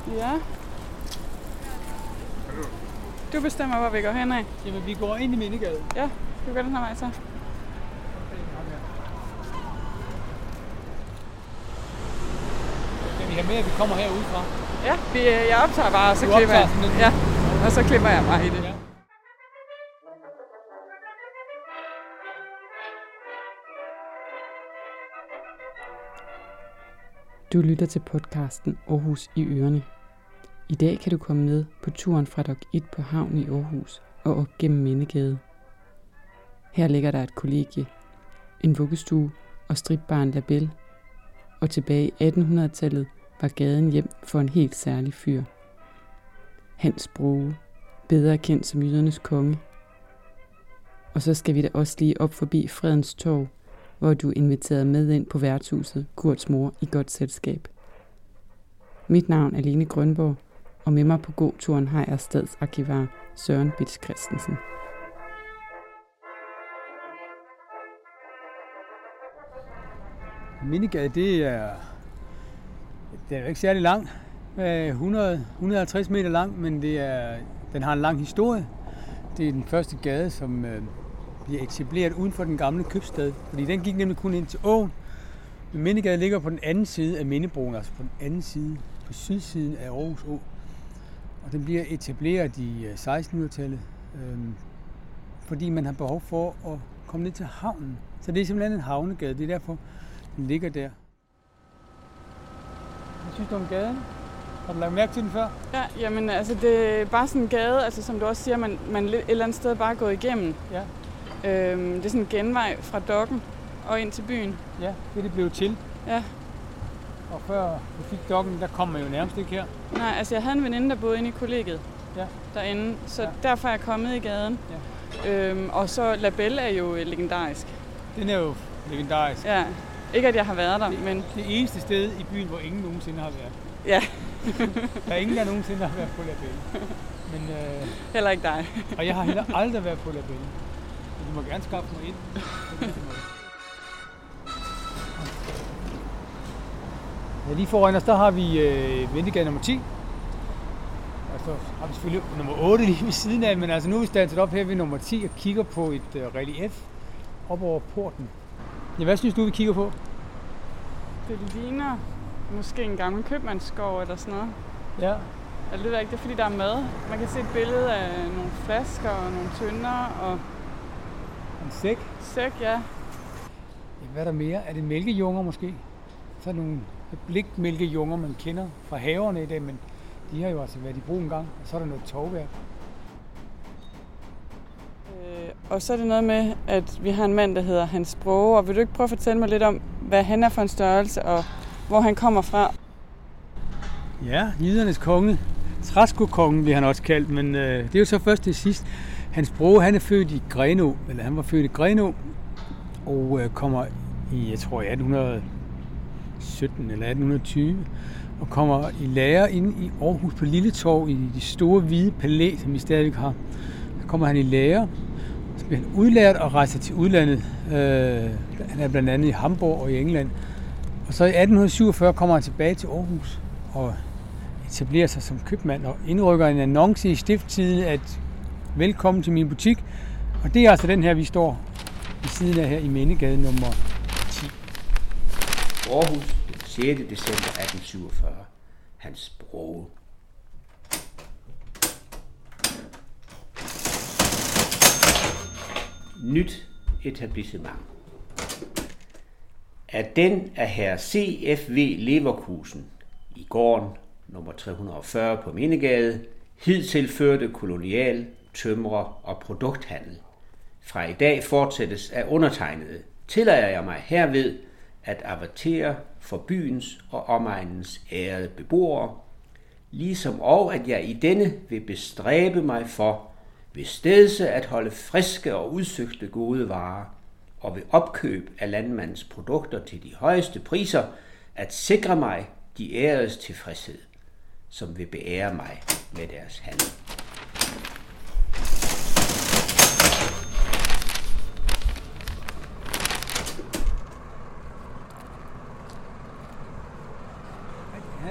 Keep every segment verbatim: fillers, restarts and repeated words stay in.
Ja. Du bestemmer, hvor vi går hen af. Jamen, vi går ind i Mindegade. Ja, skal vi gå den her vej så? Skal vi have med, at vi kommer herudefra? Ja, vi, jeg optager bare, og så Du klipper jeg. optager sådan en- Ja, og så klipper jeg bare i det. Ja. Du lytter til podcasten Aarhus i ørene. I dag kan du komme med på turen fra Dok et på havnen i Aarhus og op gennem Mindegade. Her ligger der et kollegie, en vuggestue og stripbaren Label. Og tilbage i attenhundredetallet var gaden hjem for en helt særlig fyr. Hans Broge, bedre kendt som jydernes konge. Og så skal vi da også lige op forbi Fredens Torv, hvor du er inviteret med ind på værtshuset Kurts mor i godt selskab. Mit navn er Lene Grønborg, og med mig på gåturen har jeg stadsarkivar Søren Bitsch Christensen. Mindegade, det er, det er jo ikke særlig lang. hundrede til hundrede og halvtreds meter lang, men det er, den har en lang historie. Det er den første gade, som øh, bliver etableret uden for den gamle købstad, fordi den gik nemlig kun ind til åen. Men Mindegade ligger på den anden side af Mindebroen, altså på den anden side, på sydsiden af Aarhus Å. Og den bliver etableret i sekstenhundredetallet, øh, fordi man har behov for at komme ned til havnen. Så det er simpelthen en havnegade, det er derfor, den ligger der. Hvad synes du om gaden? Har du lagt mærke til den før? Ja, jamen altså det er bare sådan en gade, altså som du også siger, man, man et eller andet sted bare er gået igennem. Ja. Øhm, det er sådan en genvej fra Dokken og ind til byen. Ja, det er det blevet til. Ja. Og før vi fik Dokken, der kom man jo nærmest ikke her. Nej, altså jeg havde en veninde, der boede inde i kollegiet Ja. derinde, så Ja. derfor er jeg kommet i gaden. Ja. Øhm, og så Label er jo legendarisk. Den er jo legendarisk. Ja, ikke at jeg har været der, men Det eneste sted i byen, hvor ingen nogensinde har været. ja, Der er ingen, der nogensinde har været på Label. Men, øh, heller ikke dig. og jeg har heller aldrig været på Label. Men du må gerne skaffe mig ind. Ja, lige foran os, der har vi øh, Vendegade nummer ti. Og så har vi selvfølgelig nummer otte lige ved siden af, men altså nu er vi standet op her ved nummer ti og kigger på et øh, relief op over porten. Ja, hvad synes du, vi kigger på? Det ligner måske en gammel købmandsgård eller sådan noget. Ja. Eller det ved jeg ikke, det er fordi der er mad. Man kan se et billede af nogle flasker og nogle tønder og En sæk. sæk, ja. Ja, hvad er der mere? Er det mælkejunger måske? Så er nogle blikmælkejunger, man kender fra haverne i dag, men de har jo altså været i brug en gang. Og så er der noget tovværk. Øh, og så er det noget med, at vi har en mand, der hedder Hans Broge. Og vil du ikke prøve at fortælle mig lidt om, hvad han er for en størrelse, og hvor han kommer fra? Ja, jydernes konge. Træskokongen bliver han også kaldt, men øh, det er jo så først til sidst. Hans bror, han er født i Grenå, eller han var født i Grenå, og øh, kommer i, jeg tror, atten sytten eller atten tyve, og kommer i lære inde i Aarhus på Lille Torv, i de store hvide palæ, som vi stadigvæk har. Så kommer han i lære, så bliver han udlært og rejser til udlandet. Øh, han er blandt andet i Hamburg og i England. Og så i atten syvogfyrre kommer han tilbage til Aarhus og etablerer sig som købmand og indrykker en annonce i Stiftstidende, at velkommen til min butik. Og det er altså den her, vi står ved siden af her i Mindegade nummer ti. Aarhus, sjette december atten syvogfyrre. Hans Broge. Nyt etablissement. Af den af herr C F V Leverkusen i gården nummer tre hundrede og fyrre på Mindegade, hidtil førte kolonial, tømrer og produkthandel. Fra i dag fortsættes af undertegnede, tillader jeg mig herved at avertere for byens og omegnens ærede beboere, ligesom og at jeg i denne vil bestræbe mig for ved stedse at holde friske og udsøgte gode varer, og ved opkøb af landmandens produkter til de højeste priser, at sikre mig de æredes tilfredshed, som vil beære mig med deres handel.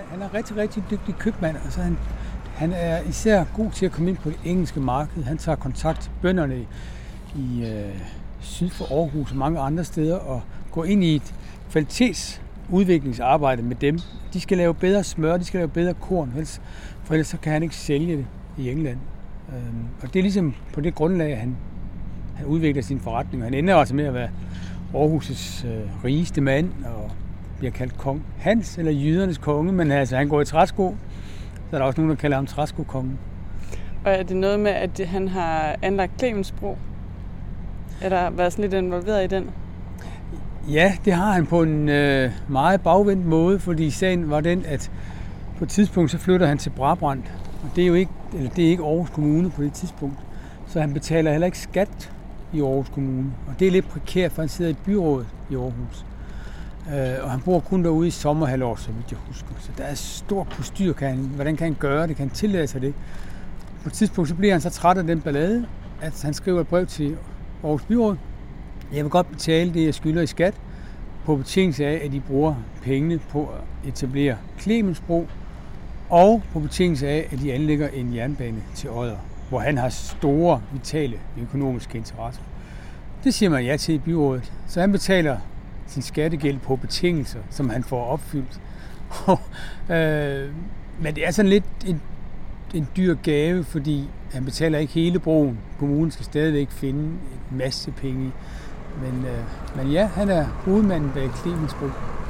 han er rigtig, rigtig dygtig købmand. Altså, han, han er især god til at komme ind på det engelske marked. Han tager kontakt til bønderne i, i øh, syd for Aarhus og mange andre steder og går ind i et kvalitetsudviklingsarbejde med dem. De skal lave bedre smør, de skal lave bedre korn, for ellers så kan han ikke sælge det i England. Øhm, og det er ligesom på det grundlag, at han, han udvikler sin forretning. Han ender altså med at være Aarhus' øh, rigeste mand og bliver kaldt kong Hans, eller jydernes konge, men altså han går i træsko, så er der også nogen, der kalder ham træskokongen. Og er det noget med, at han har anlagt Clemensbro? Eller været sådan lidt involveret i den? Ja, det har han på en øh, meget bagvendt måde, fordi sagen var den, at på et tidspunkt så flytter han til Brabrand, og det er jo ikke, eller det er ikke Aarhus Kommune på det tidspunkt, så han betaler heller ikke skat i Aarhus Kommune, og det er lidt prekært, for han sidder i byrådet i Aarhus. Øh, og han bor kun derude i sommerhalvår, så vidt jeg husker. Så der er stort postyr, kan han, hvordan kan han gøre det, kan han tillade sig det. På et tidspunkt så bliver han så træt af den ballade, at han skriver et brev til Aarhus Byråd. Jeg vil godt betale det, jeg skylder i skat, på betingelse af, at de bruger pengene på at etablere Clemensbro, og på betingelse af, at de anlægger en jernbane til Odder, hvor han har store, vitale økonomiske interesser. Det siger man ja til i byrådet, så han betaler sin skattegæld på betingelser, som han får opfyldt. øh, men det er sådan lidt en, en dyr gave, fordi han betaler ikke hele broen. Kommunen skal stadigvæk finde en masse penge. Men, øh, men ja, han er hovedmanden bag Clemensbro.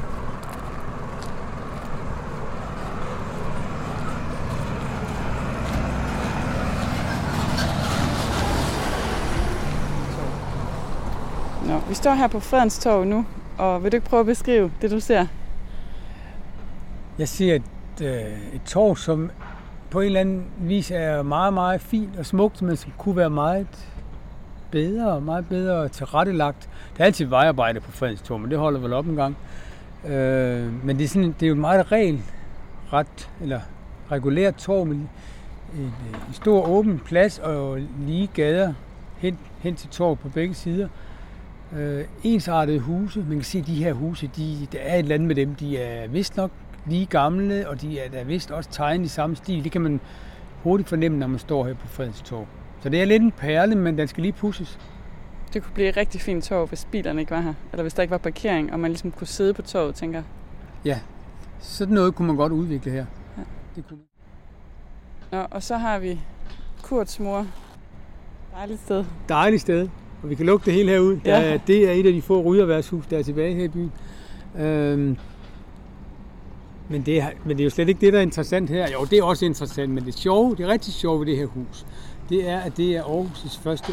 Nå, vi står her på Fredens Torv nu, og vil du ikke prøve at beskrive det, du ser? Jeg ser et, øh, et torv, som på en eller anden vis er meget, meget fint og smukt, men som kunne være meget bedre, meget bedre tilrettelagt. Der er altid vejarbejde på Fredens Torv, men det holder vel op en gang. Øh, men det er, sådan, det er jo et meget regel, ret, eller regulært torv med en, en, en stor åben plads og lige gader hen, hen til torv på begge sider. Øh, ensartede huse. Man kan se, at de her huse, de, der er et eller andet med dem. De er vist nok lige gamle, og de er der vist også tegnet i samme stil. Det kan man hurtigt fornemme, når man står her på Fredens Torv. Så det er lidt en perle, men den skal lige pudses. Det kunne blive et rigtig fint torv, hvis bilerne ikke var her. Eller hvis der ikke var parkering, og man ligesom kunne sidde på torvet, tænker. Ja, sådan noget kunne man godt udvikle her. Ja. Det kunne man. Nå, og så har vi Kurts mor. Dejligt sted. Dejligt sted. Og vi kan lukke det hele herude. Ja. Der, det er et af de få rygerværtshus, der er tilbage her i byen. Øhm, men, det er, men det er jo slet ikke det, der er interessant her. Jo, det er også interessant, men det sjove, det er rigtig sjove ved det her hus, det er, at det er Aarhus' første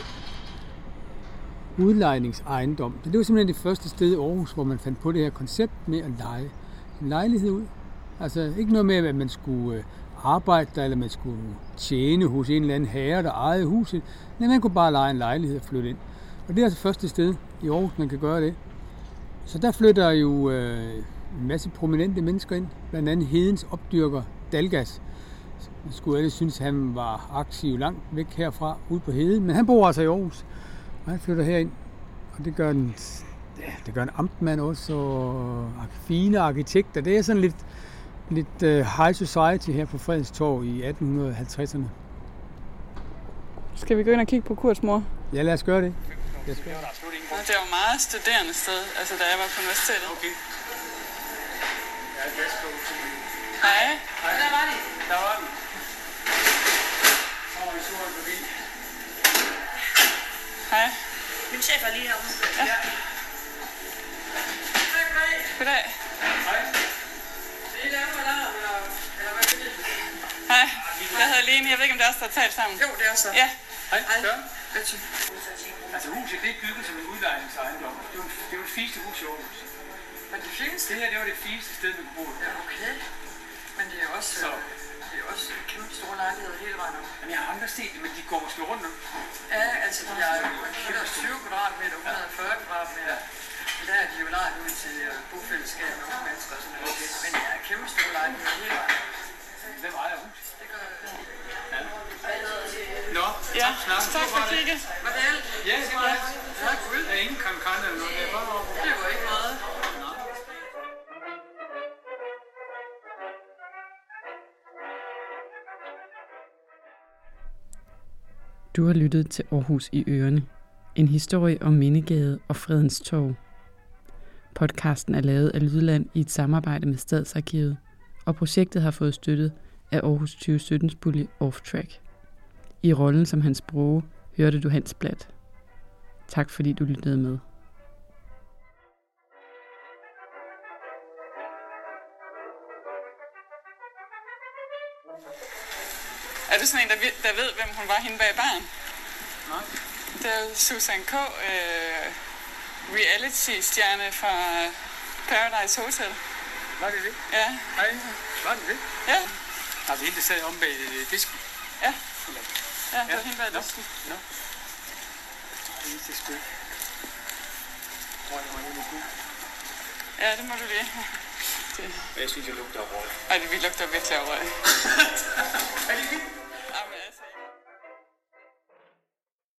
udlejningsejendom. Det var simpelthen det første sted i Aarhus, hvor man fandt på det her koncept med at leje en lejlighed ud. Altså ikke noget med, at man skulle arbejde der, eller man skulle tjene hos en eller anden herre, der ejede huset. Men man kunne bare leje en lejlighed og flytte ind. Og det er altså første sted i Aarhus, man kan gøre det. Så der flytter jo øh, en masse prominente mennesker ind. Blandt andet Hedens opdyrker Dalgas. Man skulle ellers synes, at han var aktiv langt væk herfra, ude på Heden. Men han bor altså i Aarhus, og han flytter herind. Og det gør en, ja, det gør en amtmand også, og fine arkitekter. Det er sådan lidt, lidt uh, high society her på Fredens Torv i atten halvtredserne. Skal vi gå ind og kigge på Kurts mor? Ja, lad os gøre det. Det var meget studerende sted, altså da jeg var på universitetet. Okay. Hej. Hej. Der var de. Der var den. Så var vi så forbi. Hej. Min chef er lige herude. Ja. Ja. Goddag. Goddag. Hej. Det er der, eller, eller hvad er det? Hej. Jeg hedder Lene. Jeg ved ikke, om det er også der har talt sammen. Jo, det er så. Ja. Hej. Hej. Altså huset, det er bygget som en udlejningsejendom. Det er jo det er jo det fineste hus i Aarhus. Men det fineste? Det her, det var det fineste sted, vi kunne bo. Ja, okay. Men det er også, Så. det er også kæmpe store lejligheder hele vejen op. Men jeg har aldrig set det, men de går måske rundt nu. Ja, altså de er jo et hundrede og tyve kvadratmeter, et hundrede og fyrre kvadratmeter. Men der er de jo lejet ud til bofællesskab med unge mennesker og sådan noget. Okay. Men det er kæmpe store lejligheder hele vejen op. Hvem ejer huset? Det gør Ja. Nå, Ja, tak, tak for kigget. Var det alt? Ja, det var det. Ja, gud. Der er ingen kan eller noget. Det er bare over. Det var ikke meget. Du har lyttet til Aarhus i ørene. En historie om Mindegade og Fredens Torv. Podcasten er lavet af Lydland i et samarbejde med Stadsarkivet, og projektet har fået støttet af Aarhus tyve syttens pulje Off Track. I rollen som Hans Broge hørte du Hans Bladt. Tak fordi du lyttede med. Er du sådan en, der ved, der ved hvem hun var hende bag baren? Nej. Det er Susan K., øh, reality-stjerne fra Paradise Hotel. Var det det? Ja. Nej, var det det? Ja. Har vi hende, der sad om bag disken? Ja. Eller? Ja, det var hende bag disken. Nå. Det er det sgu ikke. Tror jeg, var lidt god. Ja, det må du lige. Det. Jeg synes, jeg lugter af røg. Ej, vi lugter virkelig af røg. Er det vildt?